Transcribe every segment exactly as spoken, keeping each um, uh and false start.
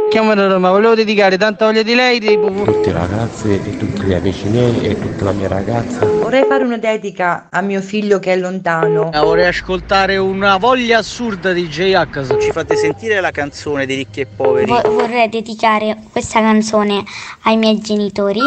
Chiamo da Roma, volevo dedicare tanta voglia di lei di... tutte le ragazze e tutti gli amici miei e tutta la mia ragazza. Vorrei fare una dedica a mio figlio che è lontano. Vorrei ascoltare una voglia assurda di J-H. Ci fate sentire la canzone di Ricchi e Poveri? Vo- vorrei dedicare questa canzone ai miei genitori.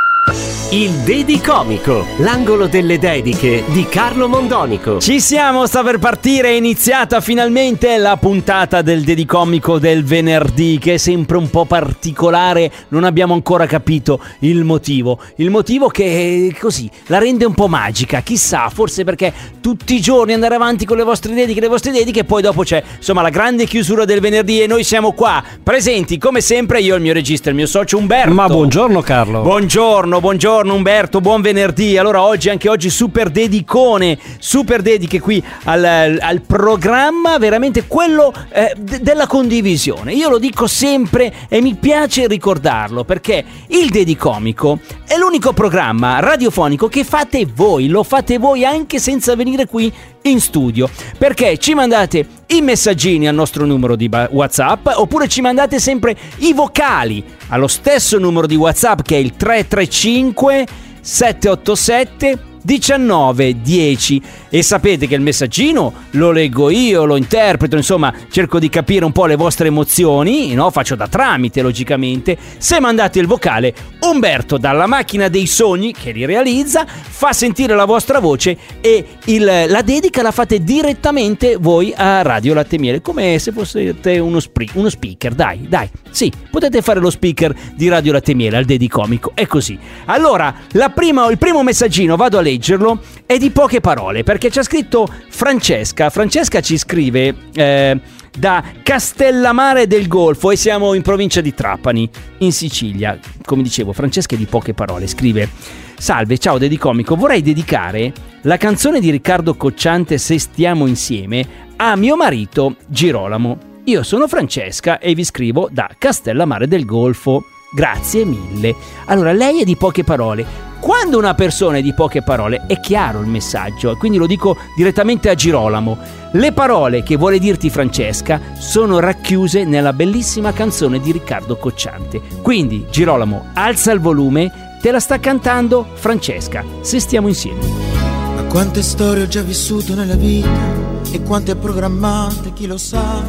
Il Dedicomico, l'angolo delle dediche di Carlo Mondonico. Ci siamo, sta per partire, è iniziata finalmente la puntata del Dedicomico del venerdì, che è sempre un po' particolare, non abbiamo ancora capito il motivo. Il motivo che così la rende un po' magica, chissà, forse perché tutti i giorni andare avanti con le vostre dediche, le vostre dediche, e poi dopo c'è insomma la grande chiusura del venerdì e noi siamo qua, presenti come sempre, io, il mio regista, il mio socio Umberto. Ma buongiorno Carlo. Buongiorno, buongiorno Umberto, buon venerdì. Allora oggi, anche oggi, super dedicone, super dediche qui al, al programma, veramente quello eh, d- della condivisione. Io lo dico sempre e mi piace ricordarlo, perché il Dedicomico è l'unico programma radiofonico che fate voi, lo fate voi anche senza venire qui in studio, perché ci mandate i messaggini al nostro numero di WhatsApp, oppure ci mandate sempre i vocali allo stesso numero di WhatsApp, che è il tre tre cinque sette otto sette diciannove dieci, e sapete che il messaggino lo leggo io, lo interpreto, insomma cerco di capire un po' le vostre emozioni, no? Faccio da tramite, logicamente. Se mandate il vocale, Umberto dalla macchina dei sogni che li realizza fa sentire la vostra voce, e il, la dedica la fate direttamente voi a Radio Latte e Miele, come se foste uno, spri- uno speaker. Dai, dai, sì, potete fare lo speaker di Radio Latte e Miele al Dedicomico, è così. Allora, la prima, il primo messaggino, vado a leggerlo, è di poche parole, perché c'è scritto Francesca. Francesca ci scrive eh, da Castellammare del Golfo, e siamo in provincia di Trapani, in Sicilia. Come dicevo, Francesca è di poche parole, scrive: salve, ciao Dedicomico, vorrei dedicare la canzone di Riccardo Cocciante, Se stiamo insieme, a mio marito Girolamo. Io sono Francesca e vi scrivo da Castellammare del Golfo. Grazie mille. Allora, lei è di poche parole. Quando una persona è di poche parole è chiaro il messaggio, quindi lo dico direttamente a Girolamo. Le parole che vuole dirti Francesca sono racchiuse nella bellissima canzone di Riccardo Cocciante. Quindi Girolamo, alza il volume, te la sta cantando Francesca, Se stiamo insieme. Ma quante storie ho già vissuto nella vita e quante programmate, chi lo sa,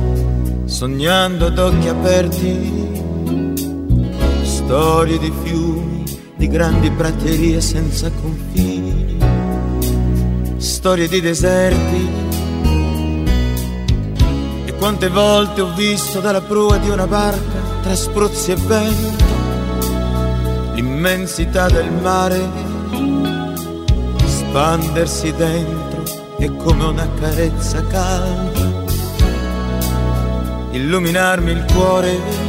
sognando ad occhi aperti, storie di fiumi, di grandi praterie senza confini, storie di deserti. E quante volte ho visto dalla prua di una barca, tra spruzzi e vento, l'immensità del mare spandersi dentro, e come una carezza calda illuminarmi il cuore.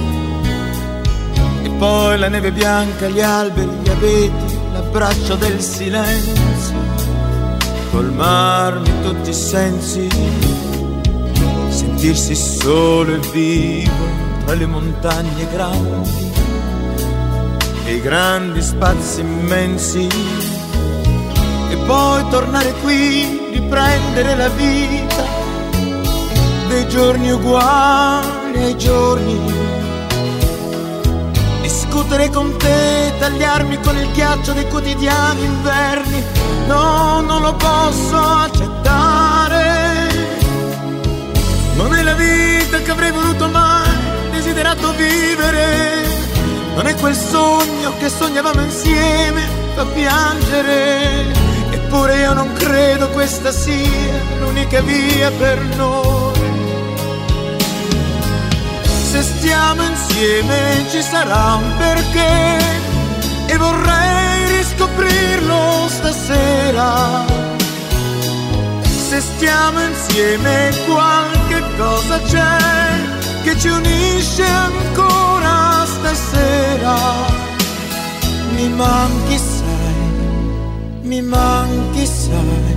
E poi la neve bianca, gli alberi, gli abeti, l'abbraccio del silenzio, colmarmi tutti i sensi, sentirsi solo e vivo tra le montagne grandi e i grandi spazi immensi. E poi tornare qui, riprendere la vita dei giorni uguali ai giorni, discutere con te, tagliarmi con il ghiaccio dei quotidiani inverni. No, non lo posso accettare. Non è la vita che avrei voluto mai desiderato vivere. Non è quel sogno che sognavamo insieme, fa piangere. Eppure io non credo questa sia l'unica via per noi. Se stiamo insieme ci sarà un perché, e vorrei riscoprirlo stasera. Se stiamo insieme qualche cosa c'è che ci unisce ancora stasera. Mi manchi, sai, mi manchi, sai.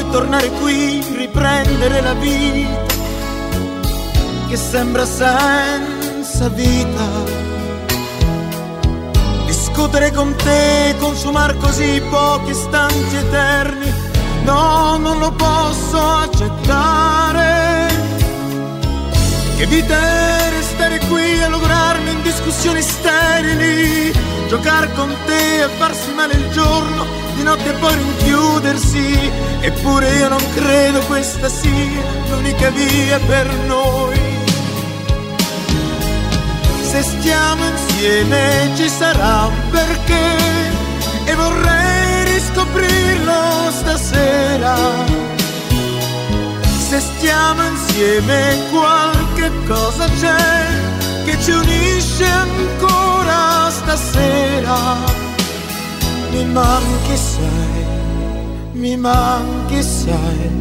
tornare qui, riprendere la vita che sembra senza vita. Discutere con te, consumar così pochi istanti eterni, no, non lo posso accettare. Che vita è restare qui a lograrmi in discussioni sterili, giocare con te e farsi male il giorno, di notte poi rinchiudersi. Eppure io non credo questa sia l'unica via per noi. Se stiamo insieme ci sarà un perché e vorrei riscoprirlo stasera. Se stiamo insieme qualche cosa c'è che ci unisce ancora stasera. Mi manchi, sai, mi manchi, sai.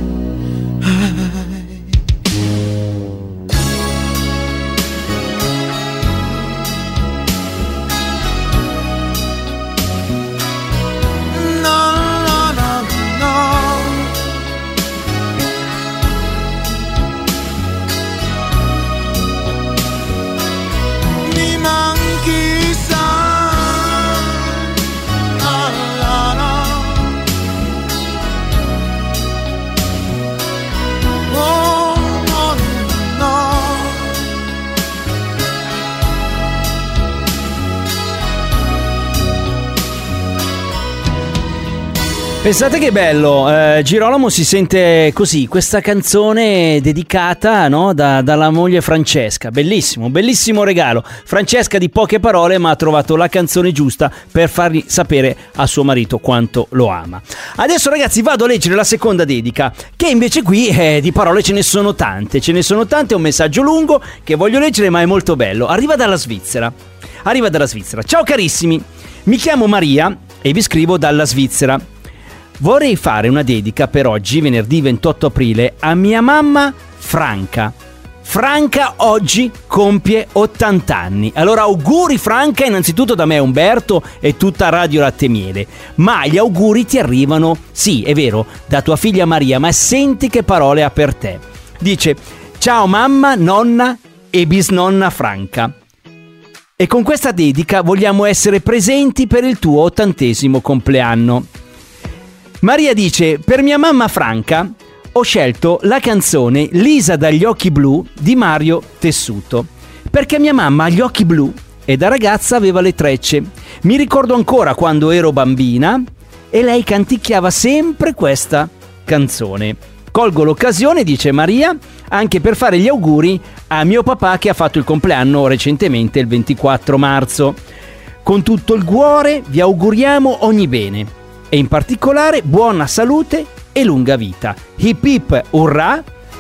Pensate che bello, eh, Girolamo si sente così, questa canzone dedicata, no, da, dalla moglie Francesca, bellissimo, bellissimo regalo. Francesca di poche parole ma ha trovato la canzone giusta per fargli sapere a suo marito quanto lo ama. Adesso ragazzi vado a leggere la seconda dedica, che invece qui eh, di parole ce ne sono tante, ce ne sono tante, è un messaggio lungo che voglio leggere ma è molto bello, arriva dalla Svizzera, arriva dalla Svizzera. Ciao carissimi, mi chiamo Maria e vi scrivo dalla Svizzera. Vorrei fare una dedica per oggi, venerdì ventotto aprile, a mia mamma Franca. Franca oggi compie ottanta anni. Allora auguri Franca, innanzitutto da me Umberto e tutta Radio Latte Miele. Ma gli auguri ti arrivano, sì, è vero, da tua figlia Maria, ma senti che parole ha per te. Dice: ciao mamma, nonna e bisnonna Franca. E con questa dedica vogliamo essere presenti per il tuo ottantesimo compleanno. Maria dice: per mia mamma Franca ho scelto la canzone Lisa dagli occhi blu di Mario Tessuto, perché mia mamma ha gli occhi blu e da ragazza aveva le trecce. Mi ricordo ancora quando ero bambina e lei canticchiava sempre questa canzone. Colgo l'occasione, dice Maria, anche per fare gli auguri a mio papà che ha fatto il compleanno recentemente il ventiquattro marzo. Con tutto il cuore vi auguriamo ogni bene e in particolare buona salute e lunga vita. Hip hip urrà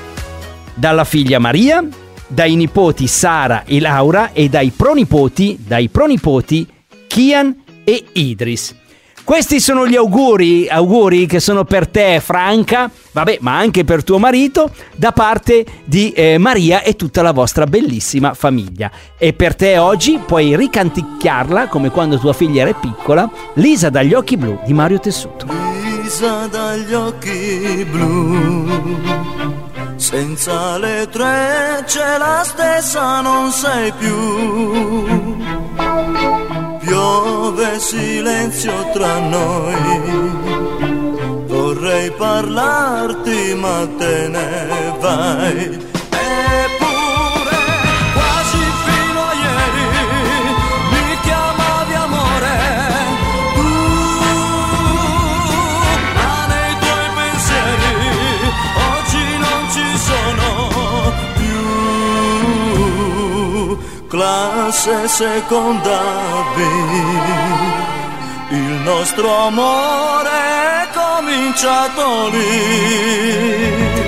dalla figlia Maria, dai nipoti Sara e Laura e dai pronipoti, dai pronipoti Kian e Idris. Questi sono gli auguri, auguri che sono per te Franca, vabbè, ma anche per tuo marito, da parte di eh, Maria e tutta la vostra bellissima famiglia. E per te oggi puoi ricanticchiarla come quando tua figlia era piccola, Lisa dagli occhi blu di Mario Tessuto. Lisa dagli occhi blu, senza le trecce la stessa non sei più. Piove silenzio tra noi, vorrei parlarti ma te ne vai. Eppure quasi fino a ieri mi chiamavi amore, tu, ma nei tuoi pensieri oggi non ci sono più. Classe seconda B, il nostro amore è cominciato lì.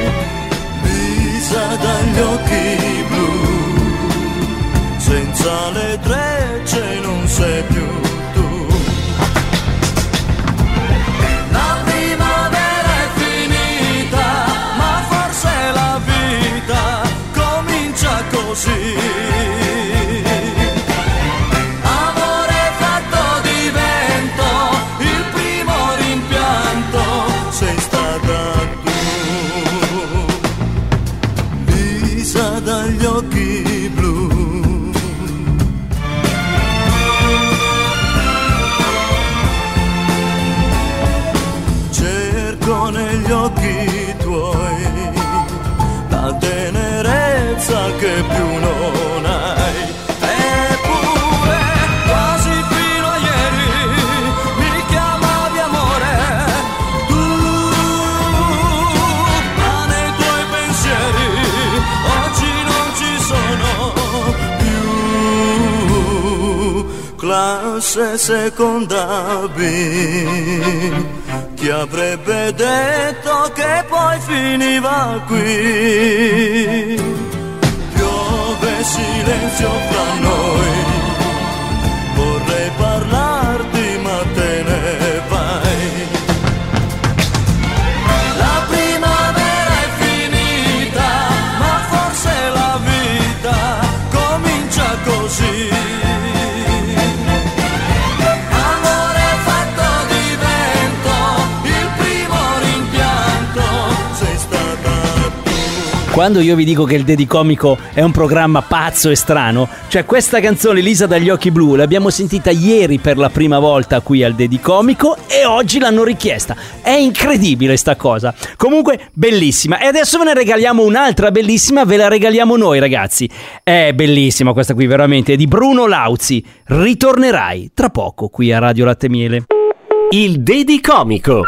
Lisa dagli occhi blu, senza le trecce non sei più tu. La primavera è finita, ma forse la vita comincia così. Sei stata tu. negli occhi tuoi, la tenerezza che più non hai. Eppure quasi fino a ieri mi chiamavi amore, tu, ma nei tuoi pensieri oggi non ci sono più. Classe seconda B, chi avrebbe detto che poi finiva qui? Piove silenzio fra noi, vorrei parlarti ma te ne vai. La primavera è finita, ma forse la vita comincia così. Quando io vi dico che il Dedicomico è un programma pazzo e strano, cioè questa canzone Lisa dagli occhi blu l'abbiamo sentita ieri per la prima volta qui al Dedicomico e oggi l'hanno richiesta. È incredibile sta cosa. Comunque bellissima. E adesso ve ne regaliamo un'altra bellissima, ve la regaliamo noi ragazzi. È bellissima questa qui veramente, è di Bruno Lauzi. Ritornerai tra poco qui a Radio Latte Miele. Il Dedicomico.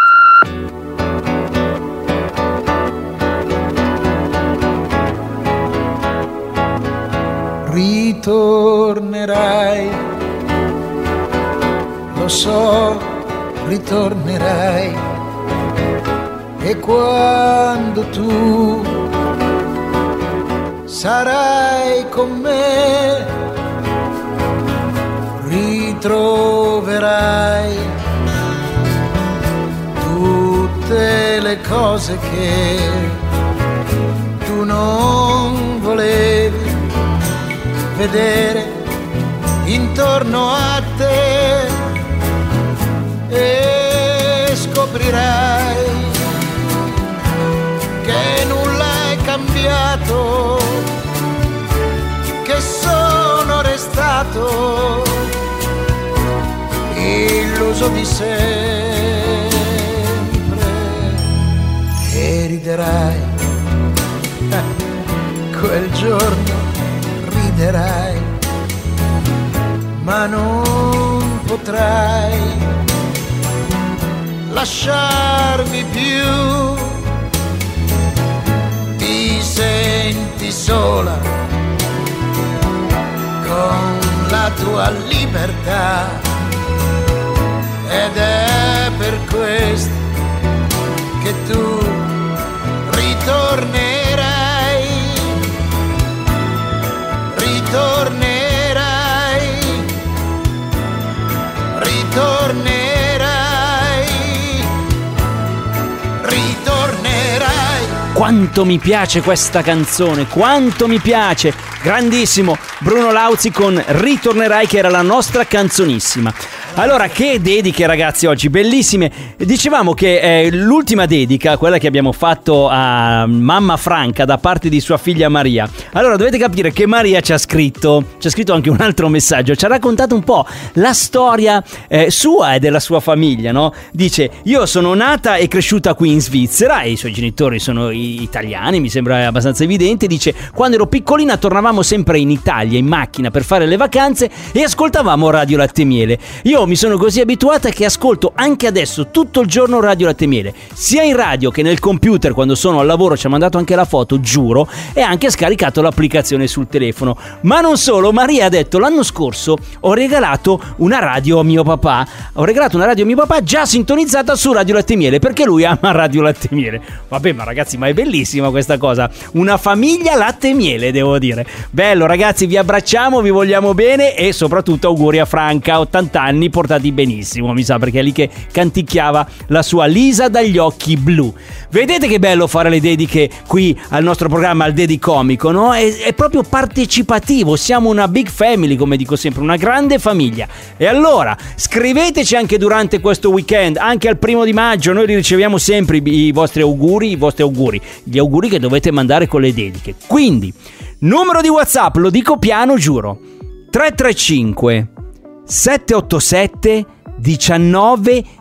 Ritornerai, lo so, ritornerai, e quando tu sarai con me, ritroverai tutte le cose che tu non volevi vedere intorno a te, e scoprirai che nulla è cambiato, che sono restato illuso di sempre, e riderai eh, quel giorno. Riderai, ma non potrai lasciarmi più. Ti senti sola con la tua libertà, ed è per questo che tu ritornerai. Ritornerai, ritornerai, ritornerai. Quanto mi piace questa canzone, quanto mi piace. Grandissimo Bruno Lauzi con Ritornerai, che era la nostra canzonissima. Allora, che dediche ragazzi oggi, bellissime. Dicevamo che eh, l'ultima dedica, quella che abbiamo fatto a mamma Franca da parte di sua figlia Maria. Allora dovete capire che Maria ci ha scritto, ci ha scritto anche un altro messaggio, ci ha raccontato un po' la storia eh, sua e della sua famiglia, no? Dice: io sono nata e cresciuta qui in Svizzera e i suoi genitori sono italiani, mi sembra abbastanza evidente. Dice: quando ero piccolina tornavamo sempre in Italia in macchina per fare le vacanze e ascoltavamo Radio Latte Miele. Io mi sono così abituata che ascolto anche adesso tutto il giorno Radio Latte Miele, sia in radio che nel computer. Quando sono al lavoro ci ha mandato anche la foto, giuro, e ha anche scaricato l'applicazione sul telefono. Ma non solo, Maria ha detto: l'anno scorso ho regalato una radio a mio papà, ho regalato una radio a mio papà già sintonizzata su Radio Latte Miele, perché lui ama Radio Latte Miele. Vabbè, ma ragazzi, ma è bellissima questa cosa, una famiglia Latte Miele, devo dire. Bello ragazzi, vi abbracciamo, vi vogliamo bene e soprattutto auguri a Franca, ottanta anni portati benissimo, mi sa, perché è lì che canticchiava la sua Lisa dagli occhi blu. Vedete che bello fare le dediche qui al nostro programma, al Dedicomico, no? È, è proprio partecipativo, siamo una big family, come dico sempre, una grande famiglia. E allora scriveteci anche durante questo weekend, anche al primo di maggio, noi riceviamo sempre i, i vostri auguri, i vostri auguri, gli auguri che dovete mandare con le dediche. Quindi numero di WhatsApp, lo dico piano, giuro, tre tre cinque sette otto sette uno nove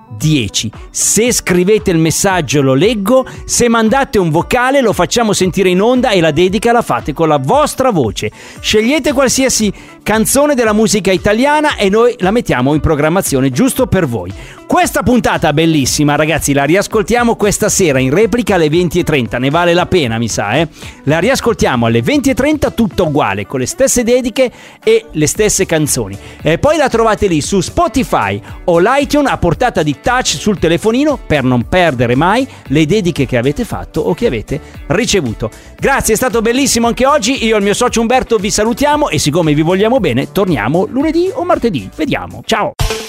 dieci. Se scrivete il messaggio lo leggo, se mandate un vocale lo facciamo sentire in onda e la dedica la fate con la vostra voce. Scegliete qualsiasi canzone della musica italiana e noi la mettiamo in programmazione giusto per voi. Questa puntata bellissima, ragazzi, la riascoltiamo questa sera in replica alle venti e trenta, ne vale la pena, mi sa, eh? La riascoltiamo alle venti e trenta tutta uguale, con le stesse dediche e le stesse canzoni. E poi la trovate lì su Spotify o l'iTunes a portata di touch sul telefonino per non perdere mai le dediche che avete fatto o che avete ricevuto. Grazie, è stato bellissimo anche oggi. Io e il mio socio Umberto vi salutiamo e siccome vi vogliamo bene torniamo lunedì o martedì, vediamo. Ciao!